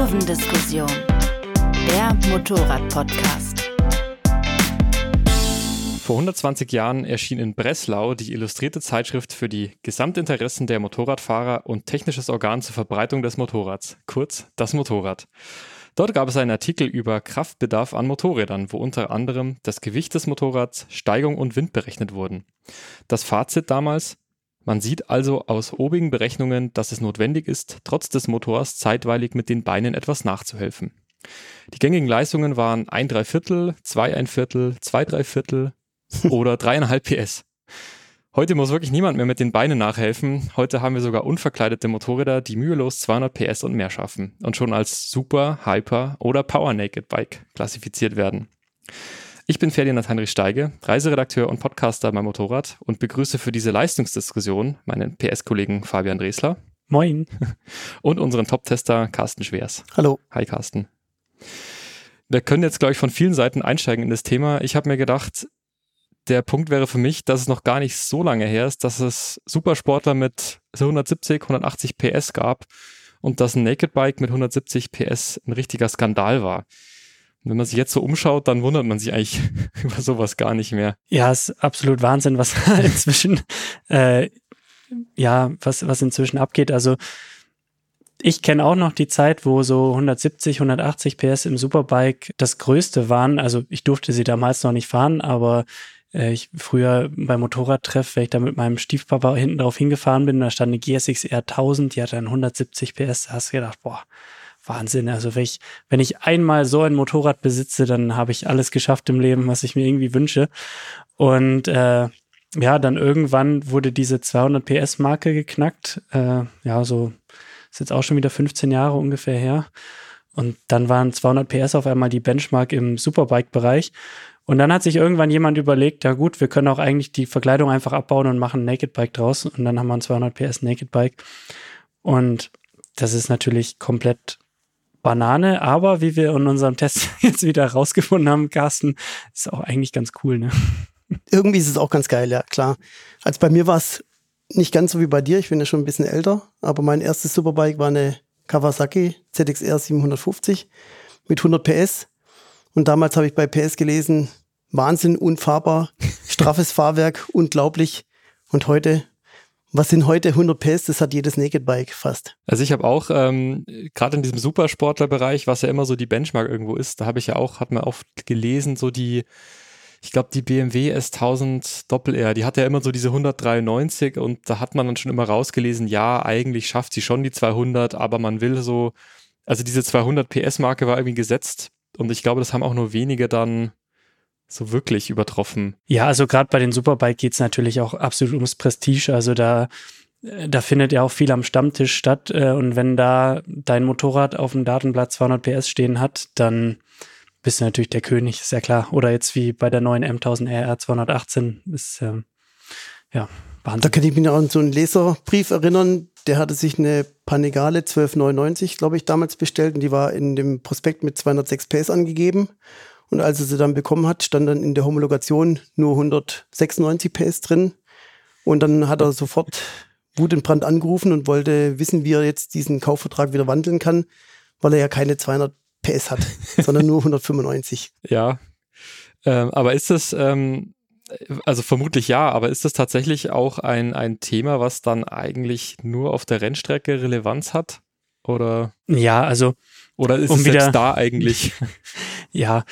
Kurvendiskussion, der Motorrad-Podcast. Vor 120 Jahren erschien in Breslau die illustrierte Zeitschrift für die Gesamtinteressen der Motorradfahrer und technisches Organ zur Verbreitung des Motorrads, kurz das Motorrad. Dort gab es einen Artikel über Kraftbedarf an Motorrädern, wo unter anderem das Gewicht des Motorrads, Steigung und Wind berechnet wurden. Das Fazit damals: Man sieht also aus obigen Berechnungen, dass es notwendig ist, trotz des Motors zeitweilig mit den Beinen etwas nachzuhelfen. Die gängigen Leistungen waren 1,3, 2,1, 2,3 oder 3,5 PS. Heute muss wirklich niemand mehr mit den Beinen nachhelfen. Heute haben wir sogar unverkleidete Motorräder, die mühelos 200 PS und mehr schaffen und schon als Super, Hyper oder Power Naked Bike klassifiziert werden. Ich bin Ferdinand Heinrich Steige, Reiseredakteur und Podcaster beim Motorrad und begrüße für diese Leistungsdiskussion meinen PS-Kollegen Fabian Dresler. Moin. Und unseren Top-Tester Carsten Schwers. Hallo. Hi Carsten. Wir können jetzt, glaube ich, von vielen Seiten einsteigen in das Thema. Ich habe mir gedacht, der Punkt wäre für mich, dass es noch gar nicht so lange her ist, dass es Supersportler mit 170, 180 PS gab und dass ein Naked Bike mit 170 PS ein richtiger Skandal war. Und wenn man sich jetzt so umschaut, dann wundert man sich eigentlich über sowas gar nicht mehr. Ja, es ist absolut Wahnsinn, was inzwischen was inzwischen abgeht. Also ich kenne auch noch die Zeit, wo so 170, 180 PS im Superbike das Größte waren. Also ich durfte sie damals noch nicht fahren, aber ich früher beim Motorradtreff, wenn ich da mit meinem Stiefpapa hinten drauf hingefahren bin, da stand eine GSX R 1000, die hatte dann 170 PS, da hast du gedacht, boah, Wahnsinn. Also wenn ich einmal so ein Motorrad besitze, dann habe ich alles geschafft im Leben, was ich mir irgendwie wünsche. Und dann irgendwann wurde diese 200 PS Marke geknackt. So ist jetzt auch schon wieder 15 Jahre ungefähr her. Und dann waren 200 PS auf einmal die Benchmark im Superbike-Bereich. Und dann hat sich irgendwann jemand überlegt, ja gut, wir können auch eigentlich die Verkleidung einfach abbauen und machen ein Naked Bike draus. Und dann haben wir ein 200 PS Naked Bike. Und das ist natürlich komplett Banane, aber wie wir in unserem Test jetzt wieder rausgefunden haben, Carsten, ist auch eigentlich ganz cool, ne? Irgendwie ist es auch ganz geil, ja, klar. Also bei mir war es nicht ganz so wie bei dir, ich bin ja schon ein bisschen älter, aber mein erstes Superbike war eine Kawasaki ZXR 750 mit 100 PS und damals habe ich bei PS gelesen, Wahnsinn, unfahrbar, straffes Fahrwerk, unglaublich. Und heute, was sind heute 100 PS? Das hat jedes Naked Bike fast. Also ich habe auch, gerade in diesem Supersportlerbereich, was ja immer so die Benchmark irgendwo ist, da hat man oft gelesen, so die BMW S1000 Doppel-R, die hat ja immer so diese 193 und da hat man dann schon immer rausgelesen, ja, eigentlich schafft sie schon die 200, aber man will so, also diese 200 PS-Marke war irgendwie gesetzt und ich glaube, das haben auch nur wenige dann so wirklich übertroffen. Ja, also gerade bei den Superbike geht es natürlich auch absolut ums Prestige, also da findet ja auch viel am Stammtisch statt und wenn da dein Motorrad auf dem Datenblatt 200 PS stehen hat, dann bist du natürlich der König, ist ja klar. Oder jetzt wie bei der neuen M1000RR 218 ist Wahnsinn. Da kann ich mich noch an so einen Leserbrief erinnern, der hatte sich eine Panigale 1299, glaube ich, damals bestellt und die war in dem Prospekt mit 206 PS angegeben. Und als er sie dann bekommen hat, stand dann in der Homologation nur 196 PS drin. Und dann hat er sofort wutentbrannt angerufen und wollte wissen, wie er jetzt diesen Kaufvertrag wieder wandeln kann, weil er ja keine 200 PS hat, sondern nur 195. Ja, aber ist das, also vermutlich ja, aber ist das tatsächlich auch ein Thema, was dann eigentlich nur auf der Rennstrecke Relevanz hat? Oder? Ja, also oder ist es selbst da eigentlich? Ja,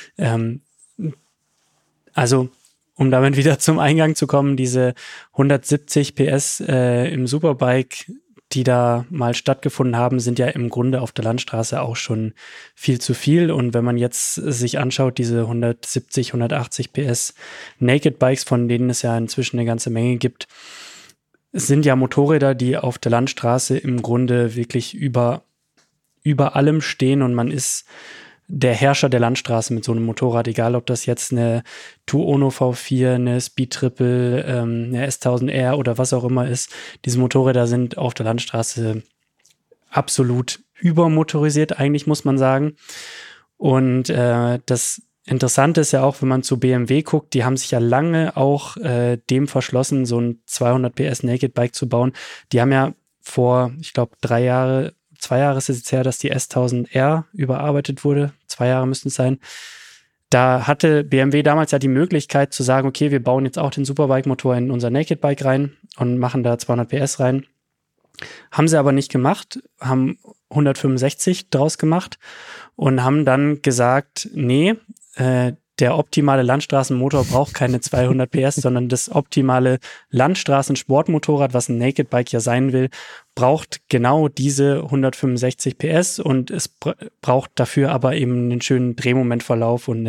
also um damit wieder zum Eingang zu kommen, diese 170 PS im Superbike, die da mal stattgefunden haben, sind ja im Grunde auf der Landstraße auch schon viel zu viel. Und wenn man jetzt sich anschaut, diese 170, 180 PS Naked Bikes, von denen es ja inzwischen eine ganze Menge gibt, sind ja Motorräder, die auf der Landstraße im Grunde wirklich über allem stehen und man ist der Herrscher der Landstraße mit so einem Motorrad, egal ob das jetzt eine Tuono V4, eine Speed Triple, eine S1000R oder was auch immer ist. Diese Motorräder sind auf der Landstraße absolut übermotorisiert, eigentlich muss man sagen. Und das Interessante ist ja auch, wenn man zu BMW guckt, die haben sich ja lange auch dem verschlossen, so ein 200 PS Naked Bike zu bauen. Die haben ja vor, ich glaube, 2 2 Jahre ist es jetzt her, dass die S1000R überarbeitet wurde. 2 Jahre müssten es sein. Da hatte BMW damals ja die Möglichkeit zu sagen, okay, wir bauen jetzt auch den Superbike-Motor in unser Naked Bike rein und machen da 200 PS rein. Haben sie aber nicht gemacht, haben 165 draus gemacht und haben dann gesagt, nee, der optimale Landstraßenmotor braucht keine 200 PS, sondern das optimale Landstraßen-Sportmotorrad, was ein Naked Bike ja sein will, braucht genau diese 165 PS und es braucht dafür aber eben einen schönen Drehmomentverlauf und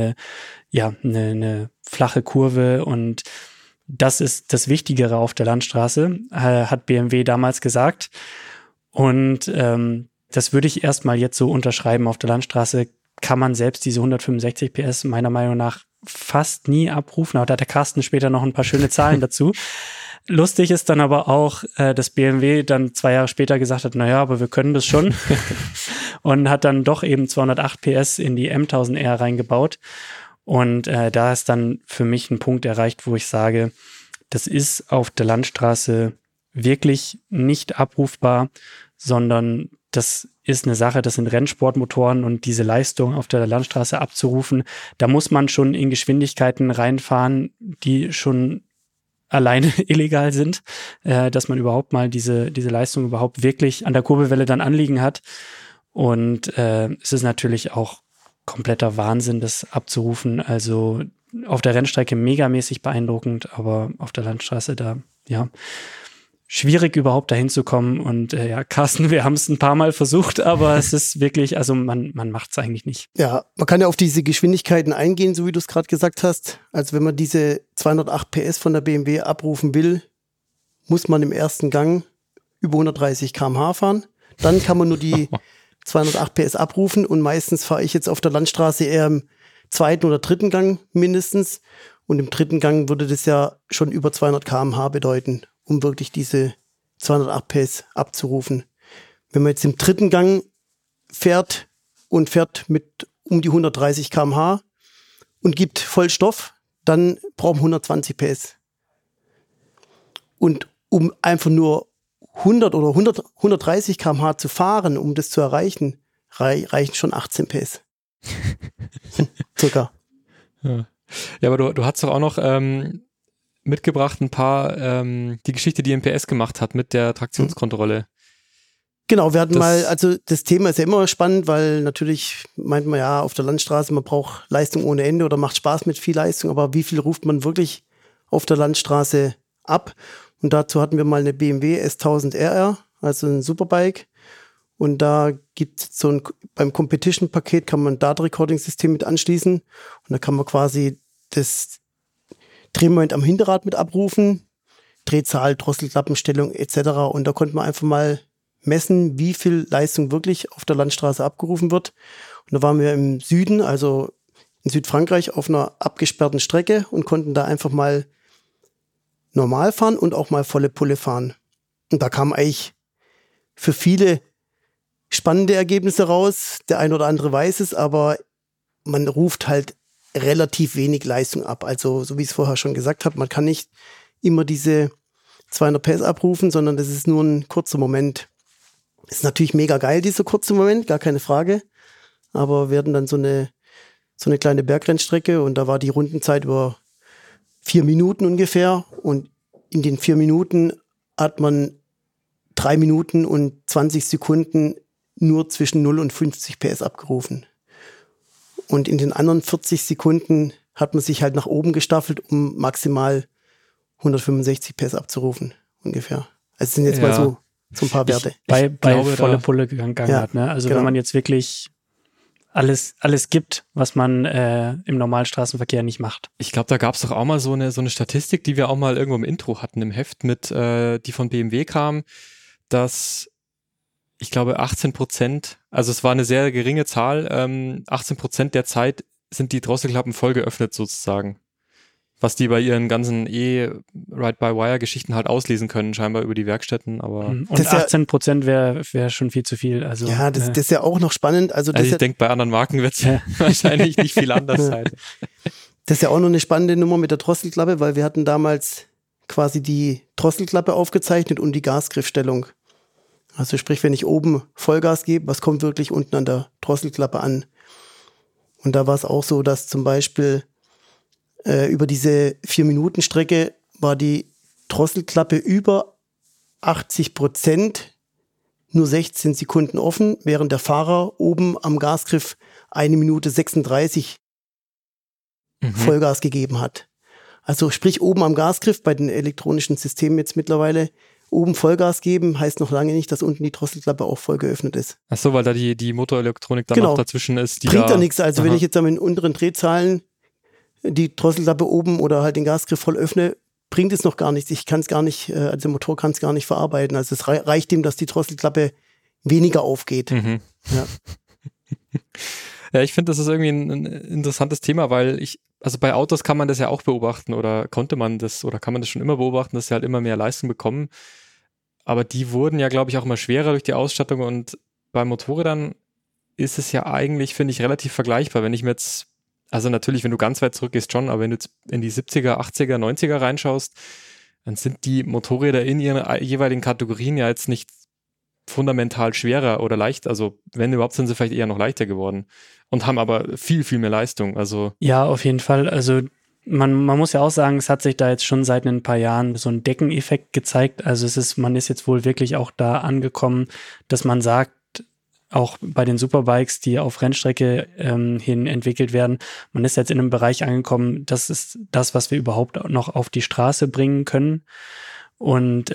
eine flache Kurve, und das ist das Wichtigere auf der Landstraße, hat BMW damals gesagt. Und das würde ich erstmal jetzt so unterschreiben. Auf der Landstraße kann man selbst diese 165 PS meiner Meinung nach fast nie abrufen. Aber da hat der Carsten später noch ein paar schöne Zahlen dazu. Lustig ist dann aber auch, dass BMW dann 2 Jahre später gesagt hat, naja, aber wir können das schon. Und hat dann doch eben 208 PS in die M1000R reingebaut. Und da ist dann für mich ein Punkt erreicht, wo ich sage, das ist auf der Landstraße wirklich nicht abrufbar, sondern das ist eine Sache, das sind Rennsportmotoren, und diese Leistung auf der Landstraße abzurufen, da muss man schon in Geschwindigkeiten reinfahren, die schon alleine illegal sind, dass man überhaupt mal diese Leistung überhaupt wirklich an der Kurbelwelle dann anliegen hat. Und es ist natürlich auch kompletter Wahnsinn, das abzurufen. Also auf der Rennstrecke megamäßig beeindruckend, aber auf der Landstraße da, ja, schwierig überhaupt dahin zu kommen. Und Carsten, wir haben es ein paar Mal versucht, aber es ist wirklich, also man macht es eigentlich nicht. Ja, man kann ja auf diese Geschwindigkeiten eingehen, so wie du es gerade gesagt hast. Also wenn man diese 208 PS von der BMW abrufen will, muss man im ersten Gang über 130 km/h fahren. Dann kann man nur die 208 PS abrufen, und meistens fahre ich jetzt auf der Landstraße eher im 2. oder 3. Gang mindestens. Und im 3. Gang würde das ja schon über 200 km/h bedeuten, um wirklich diese 208 PS abzurufen. Wenn man jetzt im 3. Gang fährt mit um die 130 km/h und gibt Vollstoff, dann brauchen wir 120 PS. Und um einfach nur 100 oder 130 km/h zu fahren, um das zu erreichen, reichen schon 18 PS. Circa. Ja, aber du hast doch auch noch mitgebracht ein paar, die Geschichte, die MPS gemacht hat mit der Traktionskontrolle. Genau, wir hatten also das Thema ist ja immer spannend, weil natürlich meint man ja auf der Landstraße, man braucht Leistung ohne Ende oder macht Spaß mit viel Leistung, aber wie viel ruft man wirklich auf der Landstraße ab? Und dazu hatten wir mal eine BMW S1000RR, also ein Superbike. Und da gibt es beim Competition-Paket kann man ein Data-Recording-System mit anschließen. Und da kann man quasi das Drehmoment am Hinterrad mit abrufen, Drehzahl, Drosselklappenstellung etc. Und da konnte man einfach mal messen, wie viel Leistung wirklich auf der Landstraße abgerufen wird. Und da waren wir im Süden, also in Südfrankreich, auf einer abgesperrten Strecke und konnten da einfach mal normal fahren und auch mal volle Pulle fahren. Und da kamen eigentlich für viele spannende Ergebnisse raus. Der ein oder andere weiß es, aber man ruft halt relativ wenig Leistung ab. Also, so wie ich es vorher schon gesagt habe, man kann nicht immer diese 200 PS abrufen, sondern das ist nur ein kurzer Moment. Ist natürlich mega geil, dieser kurze Moment, gar keine Frage. Aber wir hatten dann so eine kleine Bergrennstrecke und da war die Rundenzeit über 4 Minuten ungefähr. Und in den 4 Minuten hat man 3 Minuten und 20 Sekunden nur zwischen 0 und 50 PS abgerufen. Und in den anderen 40 Sekunden hat man sich halt nach oben gestaffelt, um maximal 165 PS abzurufen, ungefähr. Also es sind jetzt mal so ein paar Werte. Bei volle Pulle gegangen hat, ne? Also genau. Wenn man jetzt wirklich alles gibt, was man im normalen Straßenverkehr nicht macht. Ich glaube, da gab es doch auch mal so eine Statistik, die wir auch mal irgendwo im Intro hatten, im Heft, die von BMW kam, dass ich glaube 18%, also es war eine sehr geringe Zahl, 18% der Zeit sind die Drosselklappen voll geöffnet sozusagen. Was die bei ihren ganzen Ride-by-Wire-Geschichten halt auslesen können, scheinbar über die Werkstätten, aber... Und 18% wäre schon viel zu viel. Also, ja, das ist ja auch noch spannend. Also ich denke, bei anderen Marken wird es wahrscheinlich nicht viel anders sein. Das ist ja auch noch eine spannende Nummer mit der Drosselklappe, weil wir hatten damals quasi die Drosselklappe aufgezeichnet und die Gasgriffstellung. Also sprich, wenn ich oben Vollgas gebe, was kommt wirklich unten an der Drosselklappe an? Und da war es auch so, dass zum Beispiel über diese 4-Minuten-Strecke war die Drosselklappe über 80%, nur 16 Sekunden offen, während der Fahrer oben am Gasgriff 1 Minute 36 Vollgas gegeben hat. Also sprich, oben am Gasgriff bei den elektronischen Systemen jetzt mittlerweile oben Vollgas geben, heißt noch lange nicht, dass unten die Drosselklappe auch voll geöffnet ist. Ach so, weil da die Motorelektronik dann Genau. noch dazwischen ist. Bringt ja nichts. Also wenn ich jetzt an den unteren Drehzahlen die Drosselklappe oben oder halt den Gasgriff voll öffne, bringt es noch gar nichts. Ich kann es gar nicht, also der Motor kann es gar nicht verarbeiten. Also es reicht ihm, dass die Drosselklappe weniger aufgeht. Mhm. Ja. Ja, ich finde, das ist irgendwie ein interessantes Thema, weil also bei Autos kann man das ja auch beobachten oder kann man das schon immer beobachten, dass sie halt immer mehr Leistung bekommen. Aber die wurden ja, glaube ich, auch immer schwerer durch die Ausstattung und bei Motorrädern ist es ja eigentlich, finde ich, relativ vergleichbar. Wenn ich mir jetzt, also natürlich, wenn du ganz weit zurückgehst schon, aber wenn du jetzt in die 70er, 80er, 90er reinschaust, dann sind die Motorräder in ihren jeweiligen Kategorien ja jetzt nicht fundamental schwerer oder leicht, also wenn überhaupt, sind sie vielleicht eher noch leichter geworden und haben aber viel, viel mehr Leistung. Also ja, auf jeden Fall. Also man muss ja auch sagen, es hat sich da jetzt schon seit ein paar Jahren so ein Deckeneffekt gezeigt. Also man ist jetzt wohl wirklich auch da angekommen, dass man sagt, auch bei den Superbikes, die auf Rennstrecke hin entwickelt werden, man ist jetzt in einem Bereich angekommen, das ist das, was wir überhaupt noch auf die Straße bringen können. Und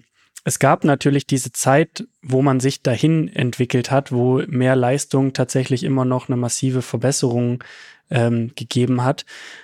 es gab natürlich diese Zeit, wo man sich dahin entwickelt hat, wo mehr Leistung tatsächlich immer noch eine massive Verbesserung gegeben hat.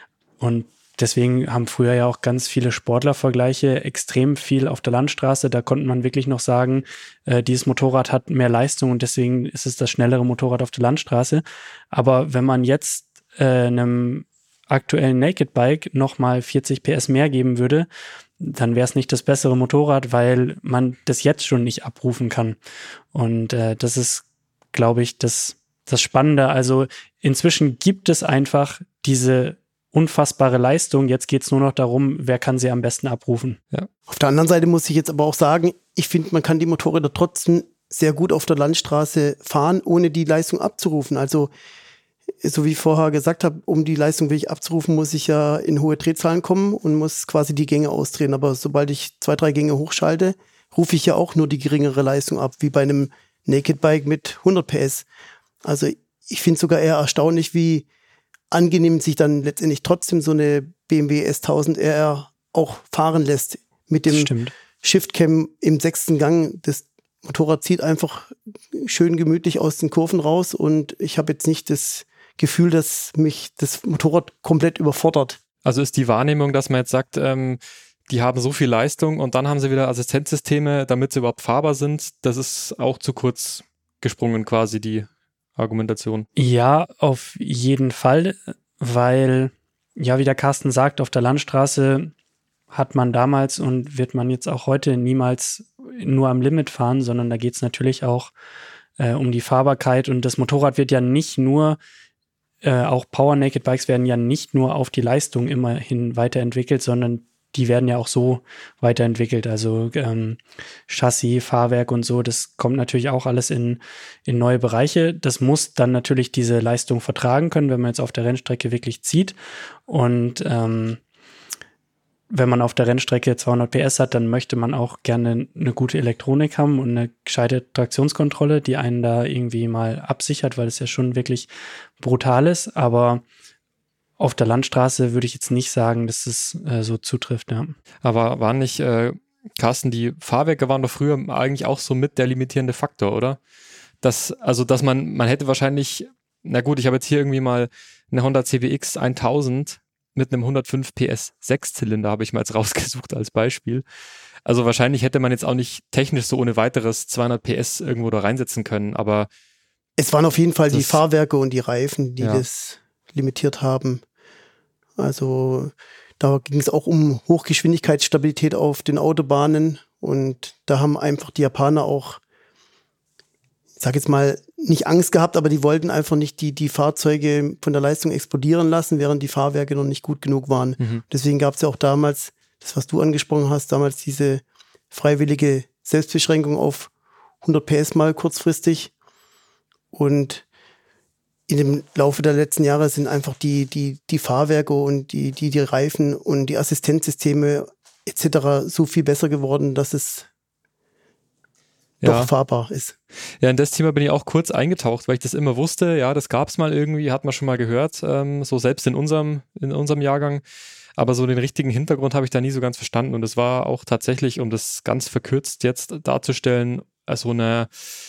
Und deswegen haben früher ja auch ganz viele Sportlervergleiche extrem viel auf der Landstraße. Da konnte man wirklich noch sagen, dieses Motorrad hat mehr Leistung und deswegen ist es das schnellere Motorrad auf der Landstraße. Aber wenn man jetzt einem aktuellen Naked Bike nochmal 40 PS mehr geben würde, dann wäre es nicht das bessere Motorrad, weil man das jetzt schon nicht abrufen kann. Und das ist, glaube ich, das Spannende. Also inzwischen gibt es einfach diese unfassbare Leistung. Jetzt geht es nur noch darum, wer kann sie am besten abrufen. Ja. Auf der anderen Seite muss ich jetzt aber auch sagen, ich finde, man kann die Motorräder trotzdem sehr gut auf der Landstraße fahren, ohne die Leistung abzurufen. Also so wie ich vorher gesagt habe, um die Leistung wirklich abzurufen, muss ich ja in hohe Drehzahlen kommen und muss quasi die Gänge ausdrehen. Aber sobald ich 2, 3 Gänge hochschalte, rufe ich ja auch nur die geringere Leistung ab, wie bei einem Naked Bike mit 100 PS. Also ich finde es sogar eher erstaunlich, wie angenehm sich dann letztendlich trotzdem so eine BMW S1000 RR auch fahren lässt. Mit dem Shift-Cam im 6. Gang. Das Motorrad zieht einfach schön gemütlich aus den Kurven raus und ich habe jetzt nicht das Gefühl, dass mich das Motorrad komplett überfordert. Also ist die Wahrnehmung, dass man jetzt sagt, die haben so viel Leistung und dann haben sie wieder Assistenzsysteme, damit sie überhaupt fahrbar sind, das ist auch zu kurz gesprungen quasi, die Argumentation. Ja, auf jeden Fall, weil, ja, wie der Carsten sagt, auf der Landstraße hat man damals und wird man jetzt auch heute niemals nur am Limit fahren, sondern da geht es natürlich auch um die Fahrbarkeit und das Motorrad wird ja nicht nur, auch Power Naked Bikes werden ja nicht nur auf die Leistung immerhin weiterentwickelt, sondern die werden ja auch so weiterentwickelt, also Chassis, Fahrwerk und so, das kommt natürlich auch alles in neue Bereiche. Das muss dann natürlich diese Leistung vertragen können, wenn man jetzt auf der Rennstrecke wirklich zieht und wenn man auf der Rennstrecke 200 PS hat, dann möchte man auch gerne eine gute Elektronik haben und eine gescheite Traktionskontrolle, die einen da irgendwie mal absichert, weil es ja schon wirklich brutal ist, aber auf der Landstraße würde ich jetzt nicht sagen, dass es so zutrifft, ja. Aber waren nicht, Carsten, die Fahrwerke waren doch früher eigentlich auch so mit der limitierende Faktor, oder? Dass man hätte wahrscheinlich, na gut, ich habe jetzt hier irgendwie mal eine Honda CBX 1000 mit einem 105 PS 6-Zylinder habe ich mal jetzt rausgesucht als Beispiel. Also wahrscheinlich hätte man jetzt auch nicht technisch so ohne weiteres 200 PS irgendwo da reinsetzen können, aber es waren auf jeden Fall die Fahrwerke und die Reifen, die das limitiert haben. Also da ging es auch um Hochgeschwindigkeitsstabilität auf den Autobahnen und da haben einfach die Japaner auch, ich sag jetzt mal, nicht Angst gehabt, aber die wollten einfach nicht die Fahrzeuge von der Leistung explodieren lassen, während die Fahrwerke noch nicht gut genug waren. Mhm. Deswegen gab es ja auch damals, das was du angesprochen hast, damals diese freiwillige Selbstbeschränkung auf 100 PS mal kurzfristig. Und in dem Laufe der letzten Jahre sind einfach die Fahrwerke und die Reifen und die Assistenzsysteme etc. so viel besser geworden, dass es doch fahrbar ist. Ja, in das Thema bin ich auch kurz eingetaucht, weil ich das immer wusste. Ja, das gab es mal irgendwie, hat man schon mal gehört, so selbst in unserem Jahrgang. Aber so den richtigen Hintergrund habe ich da nie so ganz verstanden. Und es war auch tatsächlich, um das ganz verkürzt jetzt darzustellen, so eine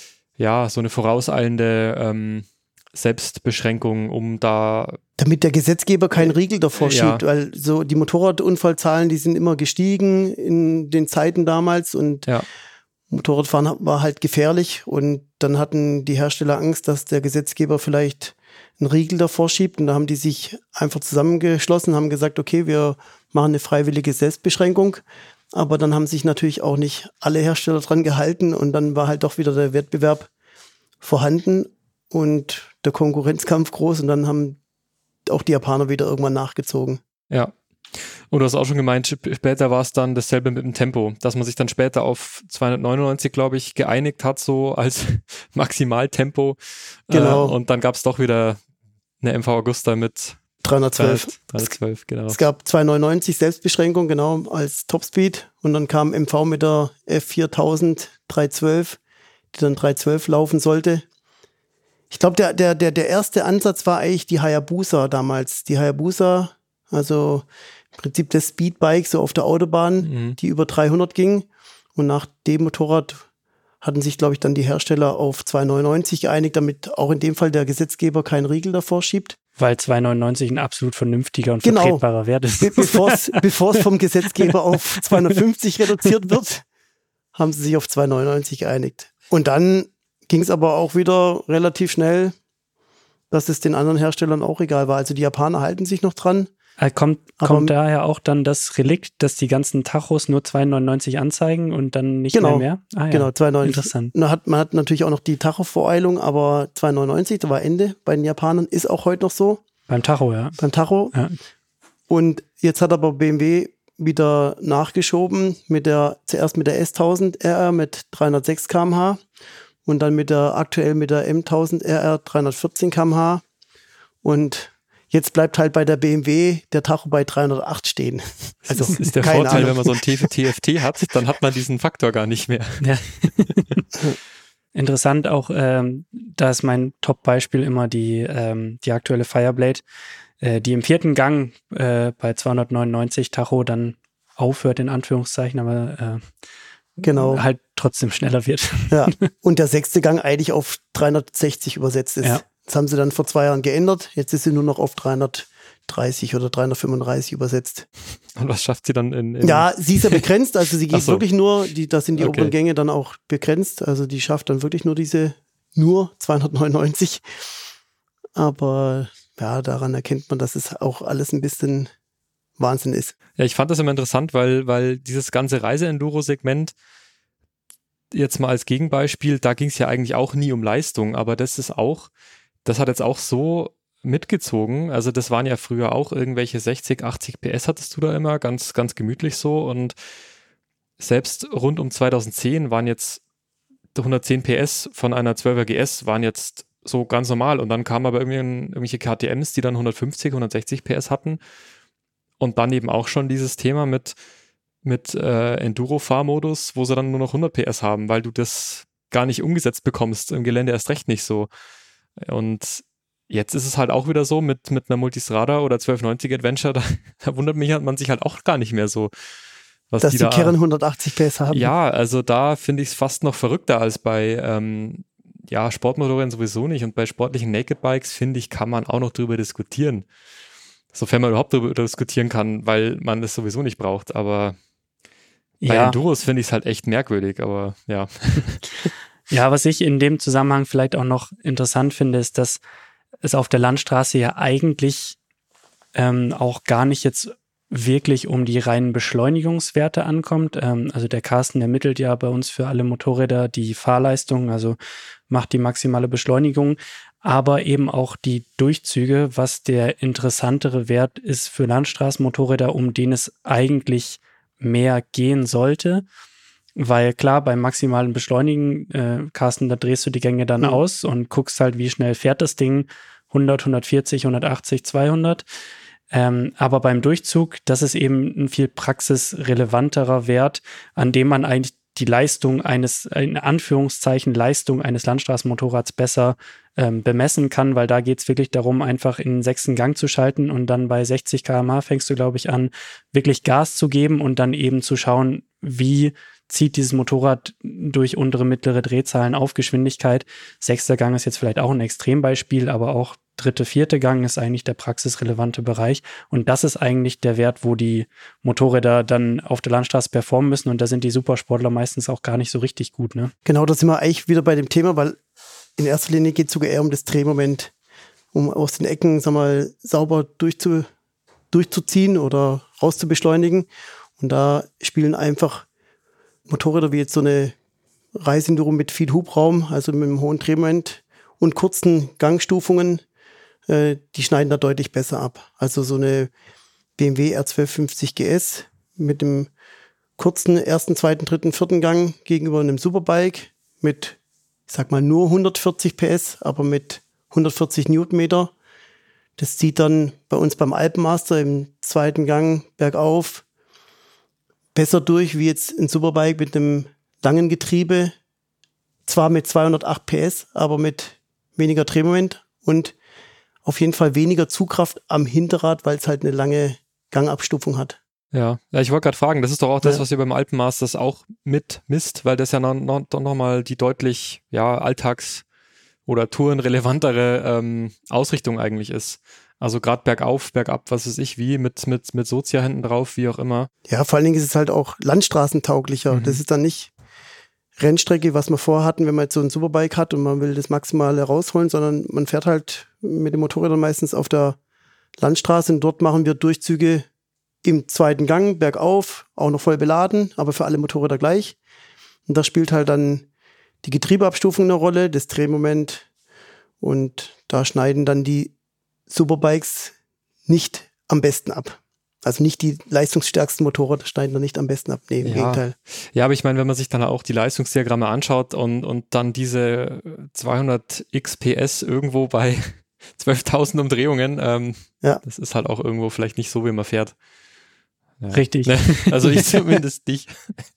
vorauseilende Selbstbeschränkung, um da... Damit der Gesetzgeber keinen Riegel davor schiebt, weil so die Motorradunfallzahlen, die sind immer gestiegen in den Zeiten damals und Motorradfahren war halt gefährlich und dann hatten die Hersteller Angst, dass der Gesetzgeber vielleicht einen Riegel davor schiebt und da haben die sich einfach zusammengeschlossen, haben gesagt, okay, wir machen eine freiwillige Selbstbeschränkung, aber dann haben sich natürlich auch nicht alle Hersteller dran gehalten und dann war halt doch wieder der Wettbewerb vorhanden und der Konkurrenzkampf groß und dann haben auch die Japaner wieder irgendwann nachgezogen. Ja. Und du hast auch schon gemeint, später war es dann dasselbe mit dem Tempo, dass man sich dann später auf 299, glaube ich, geeinigt hat, so als Maximaltempo. Genau. Und dann gab es doch wieder eine MV Agusta mit 312, genau. Es gab 299 Selbstbeschränkung, genau, als Topspeed und dann kam MV mit der F4000 312, die dann 312 laufen sollte. Ich glaube, der erste Ansatz war eigentlich die Hayabusa damals. Die Hayabusa, also im Prinzip das Speedbike so auf der Autobahn, die über 300 ging. Und nach dem Motorrad hatten sich, glaube ich, dann die Hersteller auf 299 geeinigt, damit auch in dem Fall der Gesetzgeber keinen Riegel davor schiebt. Weil 299 ein absolut vernünftiger und vertretbarer Wert ist. Bevor es vom Gesetzgeber auf 250 reduziert wird, haben sie sich auf 299 geeinigt. Und dann ging es aber auch wieder relativ schnell, dass es den anderen Herstellern auch egal war. Also die Japaner halten sich noch dran. Kommt daher auch dann das Relikt, dass die ganzen Tachos nur 2,99 anzeigen und dann nicht mehr? Ah, ja. Genau, 2,99. Interessant. Man hat natürlich auch noch die Tacho-Voreilung, aber 2,99, da war Ende bei den Japanern, ist auch heute noch so. Beim Tacho, ja. Beim Tacho. Ja. Und jetzt hat aber BMW wieder nachgeschoben, zuerst mit der S1000 RR mit 306 km/h und dann aktuell mit der M1000 RR 314 km/h. Und jetzt bleibt halt bei der BMW der Tacho bei 308 stehen. Also das ist der Vorteil, wenn man so ein TFT hat, dann hat man diesen Faktor gar nicht mehr. Ja. Interessant auch, da ist mein Top-Beispiel immer die aktuelle Fireblade, die im 4. Gang bei 299 Tacho dann aufhört, in Anführungszeichen, aber halt trotzdem schneller wird. Ja, und der 6. Gang eigentlich auf 360 übersetzt ist. Ja. Das haben sie dann vor 2 Jahren geändert. Jetzt ist sie nur noch auf 330 oder 335 übersetzt. Und was schafft sie dann Ja, sie ist ja begrenzt. Also sie geht wirklich nur, da sind die oberen Gänge dann auch begrenzt. Also die schafft dann wirklich nur 299. Aber ja, daran erkennt man, dass es auch alles ein bisschen Wahnsinn ist. Ja, ich fand das immer interessant, weil dieses ganze Reise-Enduro-Segment, jetzt mal als Gegenbeispiel, da ging es ja eigentlich auch nie um Leistung, aber das hat jetzt auch so mitgezogen. Also das waren ja früher auch irgendwelche 60, 80 PS hattest du da immer, ganz, ganz gemütlich so. Und selbst rund um 2010 waren jetzt 110 PS von einer 12er GS waren jetzt so ganz normal. Und dann kamen aber irgendwelche KTMs, die dann 150, 160 PS hatten. Und dann eben auch schon dieses Thema mit Enduro-Fahrmodus, wo sie dann nur noch 100 PS haben, weil du das gar nicht umgesetzt bekommst, im Gelände erst recht nicht so. Und jetzt ist es halt auch wieder so mit einer Multistrada oder 1290 Adventure, da wundert man sich halt auch gar nicht mehr so, was dass die Kern 180 PS haben. Ja, also da finde ich es fast noch verrückter als bei Sportmotorrädern sowieso nicht. Und bei sportlichen Naked Bikes, finde ich, kann man auch noch drüber diskutieren. Sofern man überhaupt darüber diskutieren kann, weil man es sowieso nicht braucht. Aber bei Enduros finde ich es halt echt merkwürdig, aber ja. Ja, was ich in dem Zusammenhang vielleicht auch noch interessant finde, ist, dass es auf der Landstraße ja eigentlich auch gar nicht jetzt wirklich um die reinen Beschleunigungswerte ankommt. Also der Carsten ermittelt ja bei uns für alle Motorräder die Fahrleistung, also macht die maximale Beschleunigung, aber eben auch die Durchzüge, was der interessantere Wert ist für Landstraßenmotorräder, um den es eigentlich mehr gehen sollte. Weil klar, beim maximalen Beschleunigen, Carsten, da drehst du die Gänge dann aus und guckst halt, wie schnell fährt das Ding. 100, 140, 180, 200. Aber beim Durchzug, das ist eben ein viel praxisrelevanterer Wert, an dem man eigentlich die Leistung in Anführungszeichen Leistung eines Landstraßenmotorrads besser bemessen kann, weil da geht es wirklich darum, einfach in den 6. Gang zu schalten und dann bei 60 km/h fängst du, glaube ich, an, wirklich Gas zu geben und dann eben zu schauen, wie zieht dieses Motorrad durch untere, mittlere Drehzahlen auf Geschwindigkeit. 6. Gang ist jetzt vielleicht auch ein Extrembeispiel, aber auch 3., 4. Gang ist eigentlich der praxisrelevante Bereich. Und das ist eigentlich der Wert, wo die Motorräder dann auf der Landstraße performen müssen. Und da sind die Supersportler meistens auch gar nicht so richtig gut, ne? Genau, da sind wir eigentlich wieder bei dem Thema, weil in erster Linie geht es sogar eher um das Drehmoment, um aus den Ecken, sag mal, sauber durchzuziehen oder rauszubeschleunigen. Und da spielen einfach Motorräder wie jetzt so eine Reiseenduro mit viel Hubraum, also mit einem hohen Drehmoment und kurzen Gangstufungen, die schneiden da deutlich besser ab. Also so eine BMW R1250 GS mit dem kurzen 1., 2., 3., 4. Gang gegenüber einem Superbike mit, ich sag mal, nur 140 PS, aber mit 140 Newtonmeter. Das zieht dann bei uns beim Alpenmaster im 2. Gang bergauf besser durch, wie jetzt ein Superbike mit einem langen Getriebe, zwar mit 208 PS, aber mit weniger Drehmoment und auf jeden Fall weniger Zugkraft am Hinterrad, weil es halt eine lange Gangabstufung hat. Ja, ich wollte gerade fragen, das ist doch auch das, was ihr beim Alpenmasters auch mit misst, weil das ja noch mal die deutlich alltags- oder tourenrelevantere Ausrichtung eigentlich ist. Also gerade bergauf, bergab, was weiß ich, wie, mit Sozia hinten drauf, wie auch immer. Ja, vor allen Dingen ist es halt auch landstraßentauglicher. Das ist dann nicht Rennstrecke, was wir vorhatten, wenn man jetzt so ein Superbike hat und man will das Maximale rausholen, sondern man fährt halt mit den Motorrädern meistens auf der Landstraße und dort machen wir Durchzüge im 2. Gang, bergauf, auch noch voll beladen, aber für alle Motorräder gleich. Und da spielt halt dann die Getriebeabstufung eine Rolle, das Drehmoment und da schneiden dann die Superbikes nicht am besten ab. Also nicht die leistungsstärksten Motorräder schneiden da nicht am besten ab. Nee, im Gegenteil. Ja, aber ich meine, wenn man sich dann auch die Leistungsdiagramme anschaut und dann diese 200 PS irgendwo bei 12.000 Umdrehungen, das ist halt auch irgendwo vielleicht nicht so, wie man fährt. Ja. Richtig. Also ich zumindest nicht.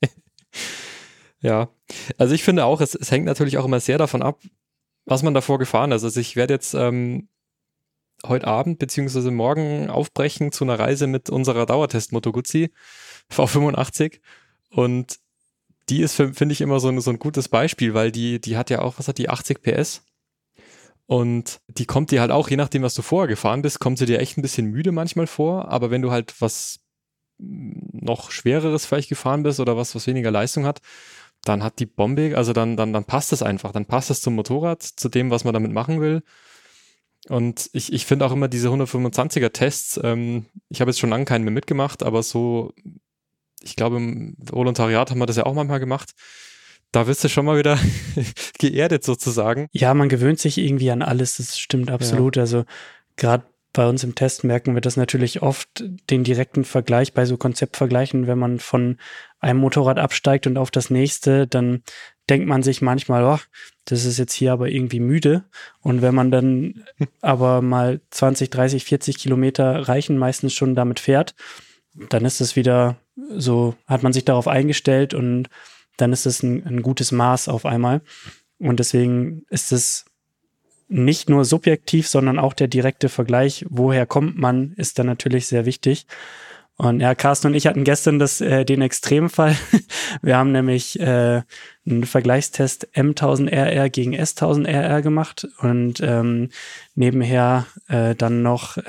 Ja, also ich finde auch, es hängt natürlich auch immer sehr davon ab, was man davor gefahren ist. Also ich werde jetzt heute Abend beziehungsweise morgen aufbrechen zu einer Reise mit unserer Dauertest-Moto Guzzi V85 und die ist, finde ich, immer so ein gutes Beispiel, weil die hat ja auch, was hat die, 80 PS und die kommt dir halt auch, je nachdem, was du vorher gefahren bist, kommt sie dir echt ein bisschen müde manchmal vor, aber wenn du halt was noch Schwereres vielleicht gefahren bist oder was weniger Leistung hat, dann hat die Bombe, also dann passt es einfach, dann passt es zum Motorrad, zu dem, was man damit machen will. Und ich finde auch immer diese 125er Tests, ich habe jetzt schon lange keinen mehr mitgemacht, aber so, ich glaube im Volontariat haben wir das ja auch manchmal gemacht, da wirst du schon mal wieder geerdet sozusagen. Ja, man gewöhnt sich irgendwie an alles, das stimmt absolut. Ja. Also gerade bei uns im Test merken wir das natürlich oft, den direkten Vergleich bei so Konzeptvergleichen, wenn man von einem Motorrad absteigt und auf das nächste, dann denkt man sich manchmal, oh, das ist jetzt hier aber irgendwie müde. Und wenn man dann aber mal 20, 30, 40 Kilometer reichen meistens schon damit fährt, dann ist es wieder so, hat man sich darauf eingestellt und dann ist es ein gutes Maß auf einmal. Und deswegen ist es nicht nur subjektiv, sondern auch der direkte Vergleich, woher kommt man, ist dann natürlich sehr wichtig. Und ja, Carsten und ich hatten gestern den Extremfall. Wir haben nämlich einen Vergleichstest M1000RR gegen S1000RR gemacht und nebenher dann noch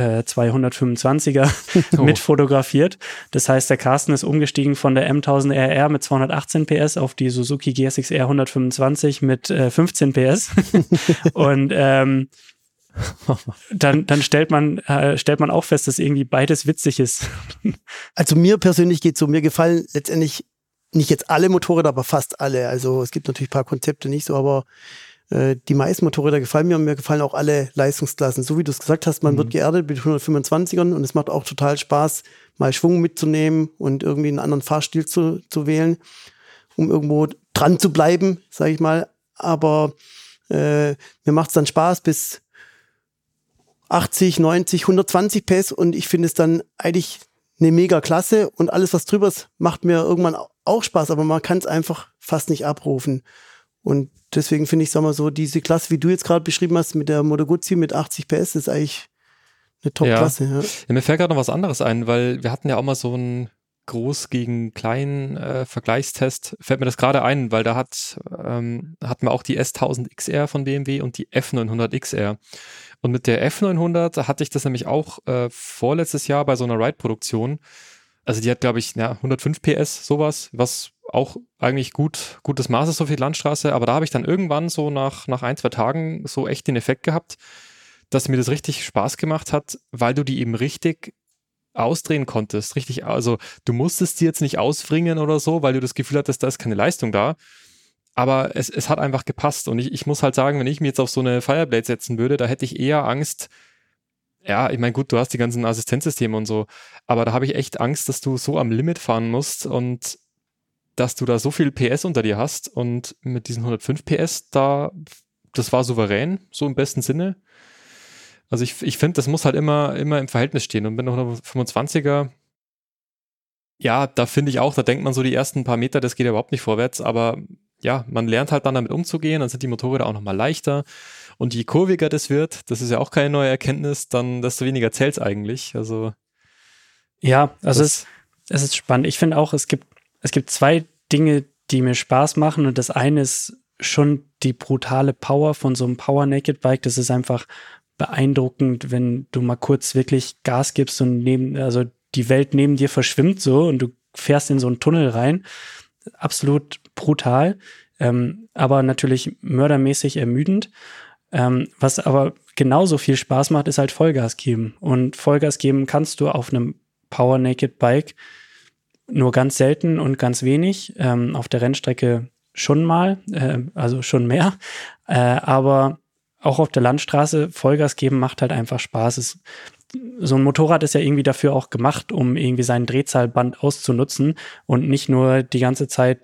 225er mit fotografiert. Das heißt, der Carsten ist umgestiegen von der M1000RR mit 218 PS auf die Suzuki GSX-R 125 mit 15 PS. Und dann stellt man auch fest, dass irgendwie beides witzig ist. Also mir persönlich geht's so, mir gefallen letztendlich nicht jetzt alle Motorräder, aber fast alle. Also es gibt natürlich ein paar Konzepte nicht so, aber die meisten Motorräder gefallen mir und mir gefallen auch alle Leistungsklassen. So wie du es gesagt hast, man wird geerdet mit 125ern und es macht auch total Spaß, mal Schwung mitzunehmen und irgendwie einen anderen Fahrstil zu wählen. um irgendwo dran zu bleiben, sage ich mal. Aber mir macht es dann Spaß bis 80, 90, 120 PS und ich finde es dann eigentlich eine mega Klasse und alles, was drüber ist, macht mir irgendwann auch Spaß, aber man kann es einfach fast nicht abrufen. Und deswegen finde ich, sag mal so, diese Klasse, wie du jetzt gerade beschrieben hast, mit der Moto Guzzi mit 80 PS, ist eigentlich eine Top-Klasse. Ja. Ja, mir fällt gerade noch was anderes ein, weil wir hatten ja auch mal so einen Groß gegen Klein Vergleichstest. Fällt mir das gerade ein, weil da hatten wir auch die S1000 XR von BMW und die F900 XR. Und mit der F900 hatte ich das nämlich auch vorletztes Jahr bei so einer Ride-Produktion. Also die hat, glaube ich, 105 PS, sowas, was auch eigentlich gutes Maß ist, so viel Landstraße. Aber da habe ich dann irgendwann so nach 1-2 Tagen so echt den Effekt gehabt, dass mir das richtig Spaß gemacht hat, weil du die eben richtig ausdrehen konntest. Richtig, also du musstest die jetzt nicht ausfringen oder so, weil du das Gefühl hattest, da ist keine Leistung da. Aber es hat einfach gepasst. Und ich muss halt sagen, wenn ich mich jetzt auf so eine Fireblade setzen würde, da hätte ich eher Angst. Ja, ich meine, gut, du hast die ganzen Assistenzsysteme und so, aber da habe ich echt Angst, dass du so am Limit fahren musst und dass du da so viel PS unter dir hast und mit diesen 105 PS das war souverän, so im besten Sinne. Also ich finde, das muss halt immer im Verhältnis stehen und mit noch einer 25er, ja, da finde ich auch, da denkt man so die ersten paar Meter, das geht ja überhaupt nicht vorwärts, aber ja, man lernt halt dann damit umzugehen, dann sind die Motorräder auch nochmal leichter und je kurviger das wird, das ist ja auch keine neue Erkenntnis, dann desto weniger zählt's eigentlich, also. Ja, also es ist spannend. Ich finde auch, es gibt 2 Dinge, die mir Spaß machen und das eine ist schon die brutale Power von so einem Power Naked Bike, das ist einfach beeindruckend, wenn du mal kurz wirklich Gas gibst und also die Welt neben dir verschwimmt so und du fährst in so einen Tunnel rein. Absolut brutal, aber natürlich mördermäßig ermüdend. Was aber genauso viel Spaß macht, ist halt Vollgas geben. Und Vollgas geben kannst du auf einem Power Naked Bike nur ganz selten und ganz wenig. Auf der Rennstrecke schon mal, also schon mehr. Aber auch auf der Landstraße Vollgas geben macht halt einfach Spaß. So ein Motorrad ist ja irgendwie dafür auch gemacht, um irgendwie sein Drehzahlband auszunutzen und nicht nur die ganze Zeit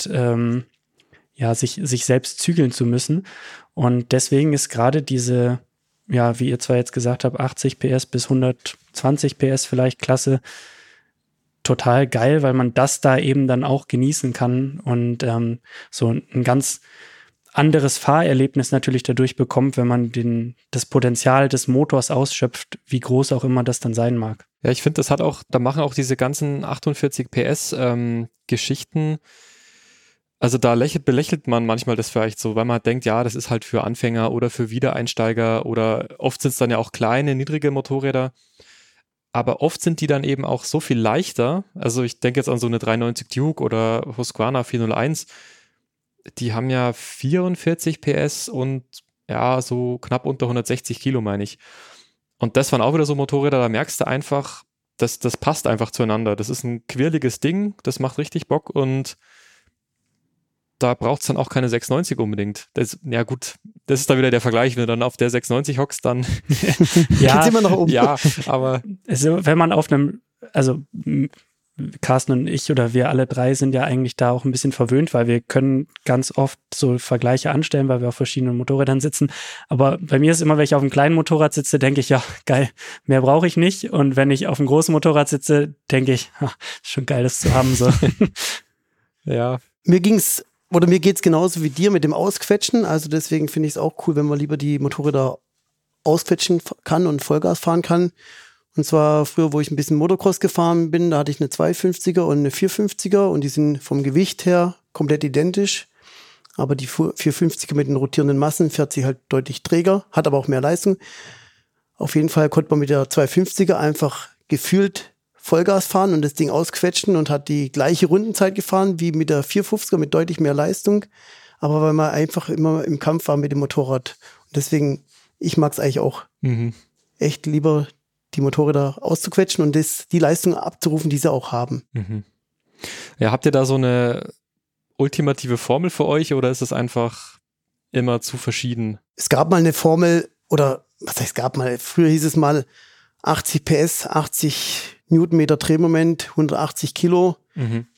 sich selbst zügeln zu müssen. Und deswegen ist gerade diese, ja, wie ihr zwar jetzt gesagt habt, 80 PS bis 120 PS vielleicht Klasse, total geil, weil man das da eben dann auch genießen kann und so ein ganz anderes Fahrerlebnis natürlich dadurch bekommt, wenn man das Potenzial des Motors ausschöpft, wie groß auch immer das dann sein mag. Ja, ich finde, da machen auch diese ganzen 48 PS Geschichten, also da belächelt man manchmal das vielleicht so, weil man denkt, ja, das ist halt für Anfänger oder für Wiedereinsteiger oder oft sind es dann ja auch kleine, niedrige Motorräder, aber oft sind die dann eben auch so viel leichter, also ich denke jetzt an so eine 390 Duke oder Husqvarna 401, die haben ja 44 PS und ja, so knapp unter 160 Kilo, meine ich. Und das waren auch wieder so Motorräder, da merkst du einfach, das passt einfach zueinander. Das ist ein quirliges Ding, das macht richtig Bock und da braucht es dann auch keine 690 unbedingt. Ja gut, das ist dann wieder der Vergleich, wenn du dann auf der 690 hockst, dann ja, geht's immer noch um. Ja, aber also, wenn man auf einem, also Carsten und ich oder wir alle 3 sind ja eigentlich da auch ein bisschen verwöhnt, weil wir können ganz oft so Vergleiche anstellen, weil wir auf verschiedenen Motorrädern sitzen. Aber bei mir ist immer, wenn ich auf einem kleinen Motorrad sitze, denke ich, ja, geil, mehr brauche ich nicht. Und wenn ich auf einem großen Motorrad sitze, denke ich, ist schon geil, das zu haben. So. Ja. Mir geht's genauso wie dir mit dem Ausquetschen. Also deswegen finde ich es auch cool, wenn man lieber die Motorräder ausquetschen kann und Vollgas fahren kann. Und zwar früher, wo ich ein bisschen Motocross gefahren bin, da hatte ich eine 250er und eine 450er und die sind vom Gewicht her komplett identisch. Aber die 450er mit den rotierenden Massen fährt sich halt deutlich träger, hat aber auch mehr Leistung. Auf jeden Fall konnte man mit der 250er einfach gefühlt Vollgas fahren und das Ding ausquetschen und hat die gleiche Rundenzeit gefahren wie mit der 450er mit deutlich mehr Leistung. Aber weil man einfach immer im Kampf war mit dem Motorrad. Und deswegen, ich mag es eigentlich auch echt lieber, die Motorräder auszuquetschen und die Leistung abzurufen, die sie auch haben. Mhm. Ja, habt ihr da so eine ultimative Formel für euch oder ist es einfach immer zu verschieden? Es gab mal eine Formel, oder was heißt gab mal, früher hieß es mal 80 PS, 80 Newtonmeter Drehmoment, 180 Kilo.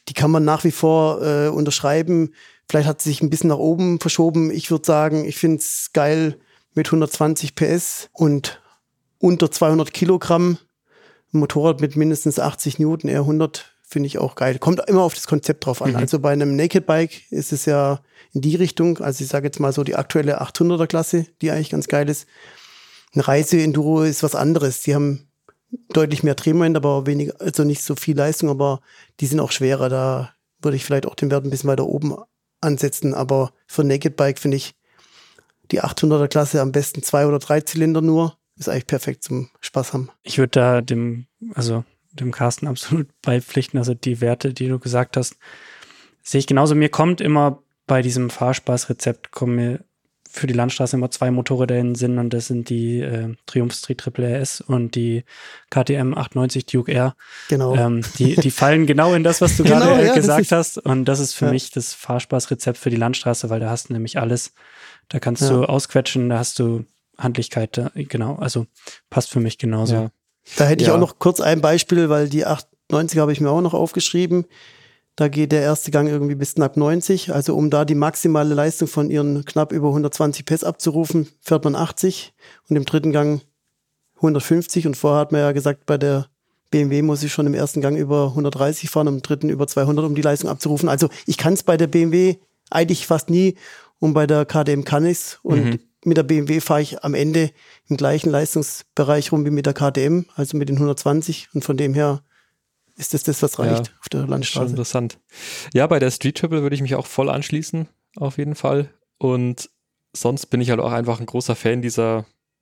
die kann man nach wie vor unterschreiben. Vielleicht hat sie sich ein bisschen nach oben verschoben. Ich würde sagen, ich finde es geil mit 120 PS und unter 200 Kilogramm. Ein Motorrad mit mindestens 80 Newton, eher 100, finde ich auch geil. Kommt immer auf das Konzept drauf an. Also bei einem Naked Bike ist es ja in die Richtung, also ich sage jetzt mal so die aktuelle 800er Klasse, die eigentlich ganz geil ist. Ein Reise-Enduro ist was anderes. Die haben deutlich mehr Drehmoment, aber weniger, also nicht so viel Leistung, aber die sind auch schwerer. Da würde ich vielleicht auch den Wert ein bisschen weiter oben ansetzen. Aber für Naked Bike finde ich die 800er Klasse am besten 2 oder 3 Zylinder nur. Ist eigentlich perfekt zum Spaß haben. Ich würde da dem Carsten absolut beipflichten. Also die Werte, die du gesagt hast, sehe ich genauso. Mir kommt immer bei diesem Fahrspaßrezept, kommen mir für die Landstraße immer 2 Motorräder in den Sinn, und das sind die Triumph Street Triple RS und die KTM 890 Duke R. Genau. Die fallen genau in das, was du gerade gesagt hast, und das ist für mich das Fahrspaßrezept für die Landstraße, weil da hast du nämlich alles. Da kannst du ausquetschen, da hast du Handlichkeit, genau, also passt für mich genauso. Ja. Da hätte ich auch noch kurz ein Beispiel, weil die 890 habe ich mir auch noch aufgeschrieben. Da geht der erste Gang irgendwie bis knapp 90. Also um da die maximale Leistung von ihren knapp über 120 PS abzurufen, fährt man 80 und im dritten Gang 150. Und vorher hat man ja gesagt, bei der BMW muss ich schon im ersten Gang über 130 fahren, im dritten über 200, um die Leistung abzurufen. Also ich kann es bei der BMW eigentlich fast nie, und bei der KTM kann ich es. Und mit der BMW fahre ich am Ende im gleichen Leistungsbereich rum wie mit der KTM, also mit den 120. Und von dem her ist das, was reicht auf der Landstraße. Schon interessant. Ja, bei der Street Triple würde ich mich auch voll anschließen, auf jeden Fall. Und sonst bin ich halt auch einfach ein großer Fan dieser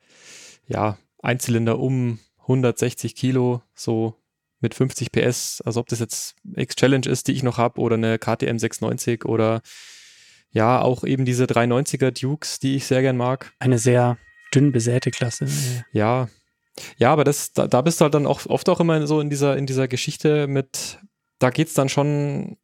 Einzylinder um 160 Kilo, so mit 50 PS. Also ob das jetzt X-Challenge ist, die ich noch habe, oder eine KTM 690 oder ja, auch eben diese 390er Dukes, die ich sehr gern mag. Eine sehr dünn besäte Klasse. Ja, aber da bist du halt dann auch oft auch immer so in dieser Geschichte mit, da geht's dann schon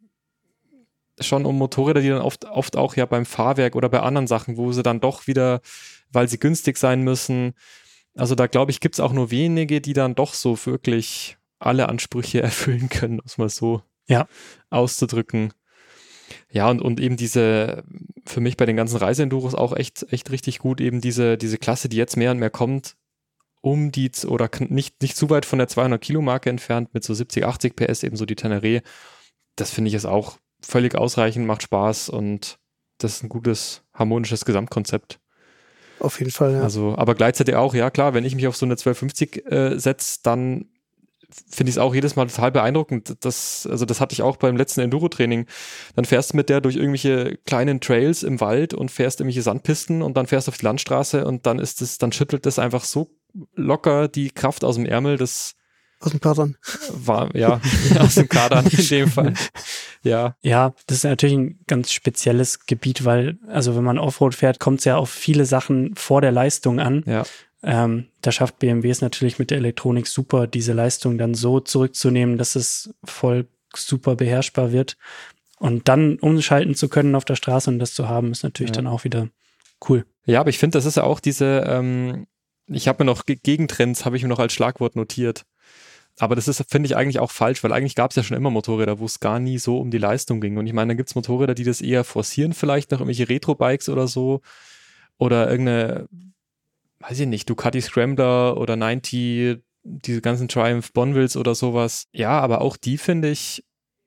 um Motorräder, die dann oft auch ja beim Fahrwerk oder bei anderen Sachen, wo sie dann doch wieder, weil sie günstig sein müssen, also da glaube ich, gibt's auch nur wenige, die dann doch so wirklich alle Ansprüche erfüllen können, um es mal so auszudrücken. Ja, und eben diese, für mich bei den ganzen Reiseenduros auch echt richtig gut, eben diese Klasse, die jetzt mehr und mehr kommt, oder nicht zu weit von der 200-Kilo-Marke entfernt, mit so 70, 80 PS, eben so die Tenere. Das finde ich ist auch völlig ausreichend, macht Spaß, und das ist ein gutes, harmonisches Gesamtkonzept. Auf jeden Fall, ja. Also, aber gleichzeitig auch, ja klar, wenn ich mich auf so eine 1250 setze, dann finde ich es auch jedes Mal total beeindruckend. Das hatte ich auch beim letzten Enduro-Training. Dann fährst du mit der durch irgendwelche kleinen Trails im Wald und fährst irgendwelche Sandpisten und dann fährst du auf die Landstraße und dann schüttelt das einfach so locker die Kraft aus dem Ärmel. Das aus dem Kadern. War, aus dem Kadern in dem Fall. Ja. Ja, das ist natürlich ein ganz spezielles Gebiet, weil, also wenn man Offroad fährt, kommt es ja auf viele Sachen vor der Leistung an. Ja. Da schafft BMW es natürlich mit der Elektronik super, diese Leistung dann so zurückzunehmen, dass es voll super beherrschbar wird. Und dann umschalten zu können auf der Straße und das zu haben, ist natürlich dann auch wieder cool. Ja, aber ich finde, das ist ja auch diese, ich habe mir noch Gegentrends, habe ich mir noch als Schlagwort notiert. Aber das ist, finde ich, eigentlich auch falsch, weil eigentlich gab es ja schon immer Motorräder, wo es gar nie so um die Leistung ging. Und ich meine, dann gibt es Motorräder, die das eher forcieren, vielleicht noch irgendwelche Retro-Bikes oder so. Oder irgendeine, weiß ich nicht, Ducati Scrambler oder 90, diese ganzen Triumph Bonvilles oder sowas. Ja, aber auch die, finde ich,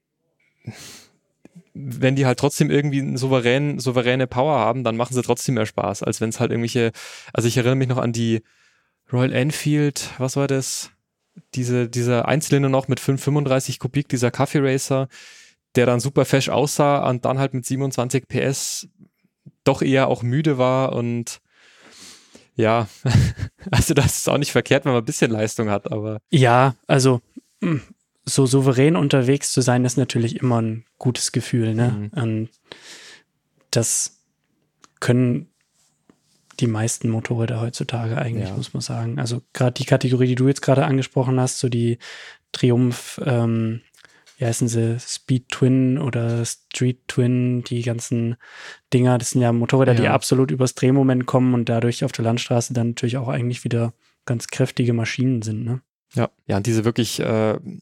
wenn die halt trotzdem irgendwie eine souveräne Power haben, dann machen sie trotzdem mehr Spaß, als wenn es halt irgendwelche, also ich erinnere mich noch an die Royal Enfield, was war das? Dieser Einzylinder noch mit 535 Kubik, dieser Coffee Racer, der dann super fesch aussah und dann halt mit 27 PS doch eher auch müde war und ja, also das ist auch nicht verkehrt, wenn man ein bisschen Leistung hat, aber... Ja, also so souverän unterwegs zu sein, ist natürlich immer ein gutes Gefühl, ne? Und das können die meisten Motorräder heutzutage eigentlich, muss man sagen. Also gerade die Kategorie, die du jetzt gerade angesprochen hast, so die Triumph, wie heißen sie, Speed Twin oder Street Twin, die ganzen Dinger, das sind ja Motorräder, die absolut übers Drehmoment kommen und dadurch auf der Landstraße dann natürlich auch eigentlich wieder ganz kräftige Maschinen sind, ne? Ja, und diese wirklich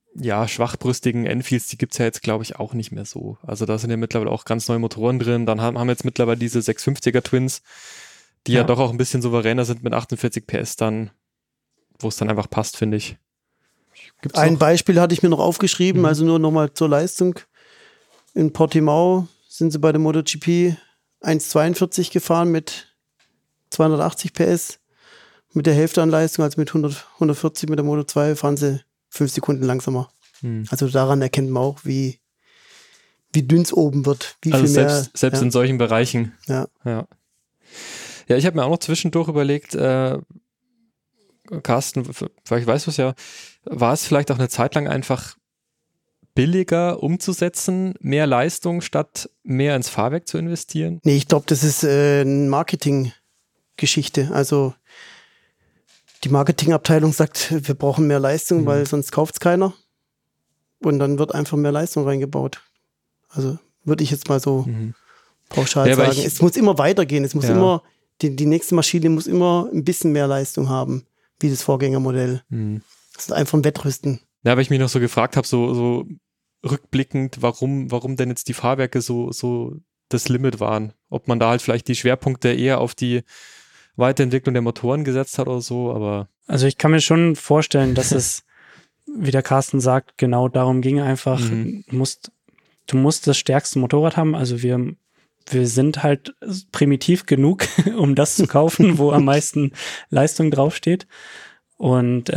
schwachbrüstigen Enfields, die gibt es ja jetzt, glaube ich, auch nicht mehr so. Also da sind ja mittlerweile auch ganz neue Motoren drin. Dann haben wir jetzt mittlerweile diese 650er Twins, die ja doch auch ein bisschen souveräner sind mit 48 PS dann, wo es dann einfach passt, finde ich. Ein Beispiel hatte ich mir noch aufgeschrieben, also nur nochmal zur Leistung. In Portimao sind sie bei der MotoGP 1,42 gefahren mit 280 PS. Mit der Hälfte an Leistung, also mit 140 mit der Moto 2, fahren sie 5 Sekunden langsamer. Also daran erkennt man auch, wie dünn es oben wird. Wie also viel mehr, selbst in solchen Bereichen. Ja, ich habe mir auch noch zwischendurch überlegt, Carsten, vielleicht weißt du es ja, war es vielleicht auch eine Zeit lang einfach billiger umzusetzen, mehr Leistung statt mehr ins Fahrwerk zu investieren? Nee, ich glaube, das ist eine Marketinggeschichte. Also die Marketingabteilung sagt, wir brauchen mehr Leistung, weil sonst kauft es keiner. Und dann wird einfach mehr Leistung reingebaut. Also würde ich jetzt mal so pauschal sagen. Es muss immer weitergehen. Es muss immer, die nächste Maschine muss immer ein bisschen mehr Leistung haben, wie das Vorgängermodell. Das ist einfach ein Wettrüsten. Ja, weil ich mich noch so gefragt habe, so rückblickend, warum denn jetzt die Fahrwerke so das Limit waren. Ob man da halt vielleicht die Schwerpunkte eher auf die Weiterentwicklung der Motoren gesetzt hat oder so, aber... Also ich kann mir schon vorstellen, dass es, wie der Carsten sagt, genau darum ging einfach, du musst das stärkste Motorrad haben, also wir sind halt primitiv genug, um das zu kaufen, wo am meisten Leistung draufsteht. Und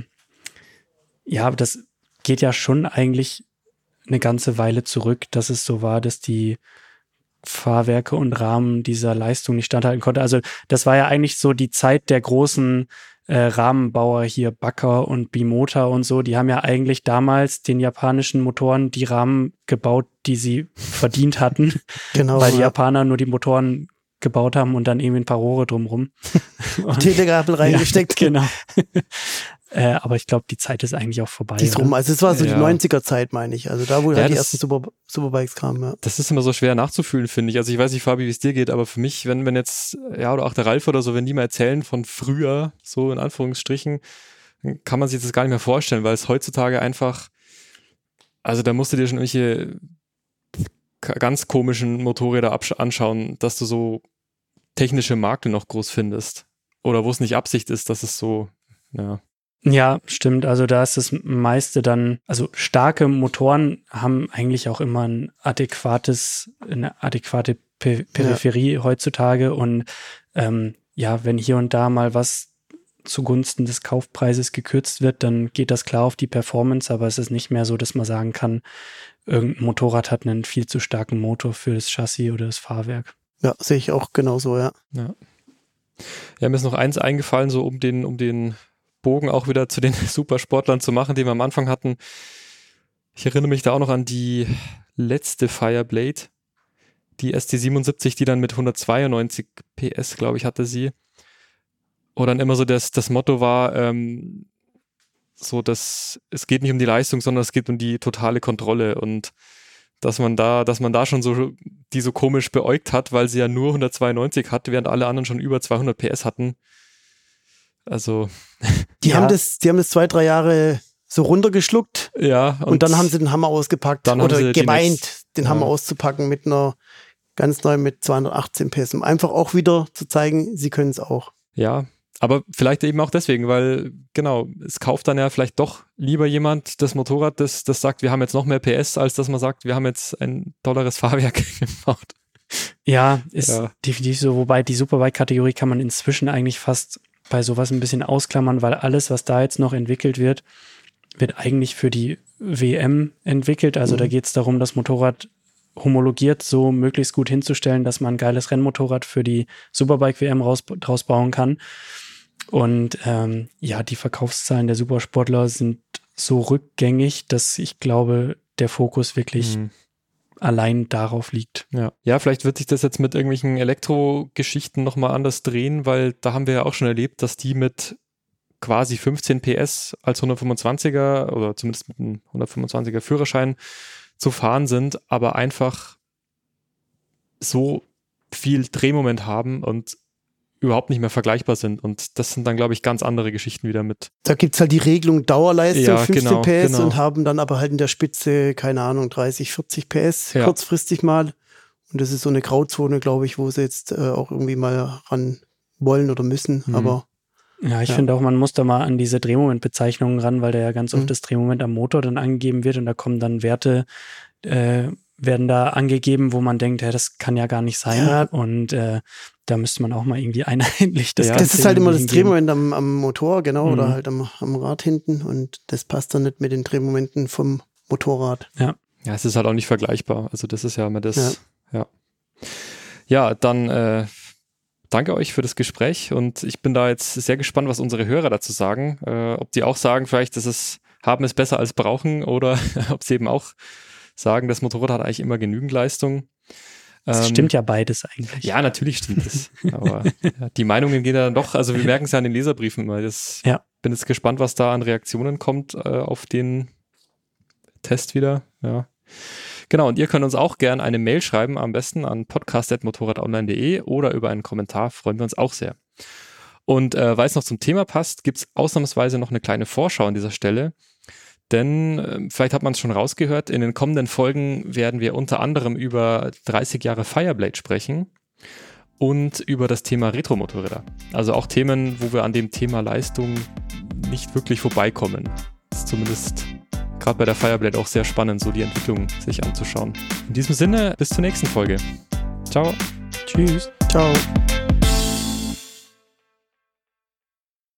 das geht ja schon eigentlich eine ganze Weile zurück, dass es so war, dass die Fahrwerke und Rahmen dieser Leistung nicht standhalten konnte. Also das war ja eigentlich so die Zeit der großen Rahmenbauer hier, Backer und Bimota und so. Die haben ja eigentlich damals den japanischen Motoren die Rahmen gebaut, die sie verdient hatten, weil die Japaner nur die Motoren gebaut haben und dann irgendwie ein paar Rohre drumrum. Telegabel reingesteckt. Ja, genau. Aber ich glaube, die Zeit ist eigentlich auch vorbei. Die ist rum. Also es war so die 90er-Zeit, meine ich. Also da, wo halt die ersten Superbikes kamen. Ja. Das ist immer so schwer nachzufühlen, finde ich. Also ich weiß nicht, Fabi, wie es dir geht, aber für mich, wenn jetzt, oder auch der Ralf oder so, wenn die mal erzählen von früher, so in Anführungsstrichen, dann kann man sich das gar nicht mehr vorstellen, weil es heutzutage einfach, also da musst du dir schon irgendwelche ganz komischen Motorräder anschauen, dass du so technische Makel noch groß findest. Oder wo es nicht Absicht ist, dass es so, Ja, stimmt. Also da ist das meiste dann, also starke Motoren haben eigentlich auch immer eine adäquate Peripherie heutzutage und wenn hier und da mal was zugunsten des Kaufpreises gekürzt wird, dann geht das klar auf die Performance, aber es ist nicht mehr so, dass man sagen kann, irgendein Motorrad hat einen viel zu starken Motor für das Chassis oder das Fahrwerk. Ja, sehe ich auch genauso, ja. Ja, mir ist noch eins eingefallen, so um den Bogen auch wieder zu den Supersportlern zu machen, die wir am Anfang hatten. Ich erinnere mich da auch noch an die letzte Fireblade, die ST77, die dann mit 192 PS, glaube ich, hatte sie. Wo dann immer so das Motto war, so dass es geht nicht um die Leistung, sondern es geht um die totale Kontrolle und dass man da schon so die so komisch beäugt hat, weil sie ja nur 192 hatte, während alle anderen schon über 200 PS hatten. Also die haben das 2-3 Jahre so runtergeschluckt. Ja. Und dann haben sie den Hammer ausgepackt oder gemeint, den Hammer auszupacken mit einer ganz neu mit 218 PS, um einfach auch wieder zu zeigen, sie können es auch. Ja, aber vielleicht eben auch deswegen, weil genau, es kauft dann ja vielleicht doch lieber jemand das Motorrad, das sagt, wir haben jetzt noch mehr PS, als dass man sagt, wir haben jetzt ein tolleres Fahrwerk gebaut. Ja, ist definitiv so, wobei die Superbike-Kategorie kann man inzwischen eigentlich fast bei sowas ein bisschen ausklammern, weil alles, was da jetzt noch entwickelt wird, wird eigentlich für die WM entwickelt. Also da geht es darum, das Motorrad homologiert so möglichst gut hinzustellen, dass man ein geiles Rennmotorrad für die Superbike-WM draus bauen kann. Und die Verkaufszahlen der Supersportler sind so rückgängig, dass ich glaube, der Fokus wirklich allein darauf liegt. Ja, vielleicht wird sich das jetzt mit irgendwelchen Elektrogeschichten nochmal anders drehen, weil da haben wir ja auch schon erlebt, dass die mit quasi 15 PS als 125er oder zumindest mit einem 125er Führerschein zu fahren sind, aber einfach so viel Drehmoment haben und überhaupt nicht mehr vergleichbar sind. Und das sind dann, glaube ich, ganz andere Geschichten wieder mit. Da gibt es halt die Regelung Dauerleistung, 15 PS genau. und haben dann aber halt in der Spitze, keine Ahnung, 30, 40 PS kurzfristig mal. Und das ist so eine Grauzone, glaube ich, wo sie jetzt auch irgendwie mal ran wollen oder müssen. Aber ja, ich finde auch, man muss da mal an diese Drehmomentbezeichnungen ran, weil da ja ganz oft das Drehmoment am Motor dann angegeben wird und da kommen dann Werte, werden da angegeben, wo man denkt, das kann ja gar nicht sein. Ja. Und da müsste man auch mal irgendwie einheitlich das Das ist halt immer das Drehmoment am Motor, genau, Mhm. oder halt am Rad hinten und das passt dann nicht mit den Drehmomenten vom Motorrad. Ja, es ist halt auch nicht vergleichbar. Also das ist ja immer das. Ja, dann danke euch für das Gespräch und ich bin da jetzt sehr gespannt, was unsere Hörer dazu sagen. Ob die auch sagen, vielleicht haben es besser als brauchen oder ob sie eben auch sagen, das Motorrad hat eigentlich immer genügend Leistung. Das stimmt ja beides eigentlich. Ja, natürlich stimmt es. Aber die Meinungen gehen dann doch, also wir merken es ja an den Leserbriefen immer. Bin jetzt gespannt, was da an Reaktionen kommt auf den Test wieder. Ja. Genau, und ihr könnt uns auch gerne eine Mail schreiben, am besten an podcast@motorradonline.de oder über einen Kommentar, freuen wir uns auch sehr. Und weil es noch zum Thema passt, gibt es ausnahmsweise noch eine kleine Vorschau an dieser Stelle. Denn, vielleicht hat man es schon rausgehört, in den kommenden Folgen werden wir unter anderem über 30 Jahre Fireblade sprechen und über das Thema Retro-Motorräder. Also auch Themen, wo wir an dem Thema Leistung nicht wirklich vorbeikommen. Das ist zumindest gerade bei der Fireblade auch sehr spannend, so die Entwicklung sich anzuschauen. In diesem Sinne, bis zur nächsten Folge. Ciao. Tschüss. Ciao.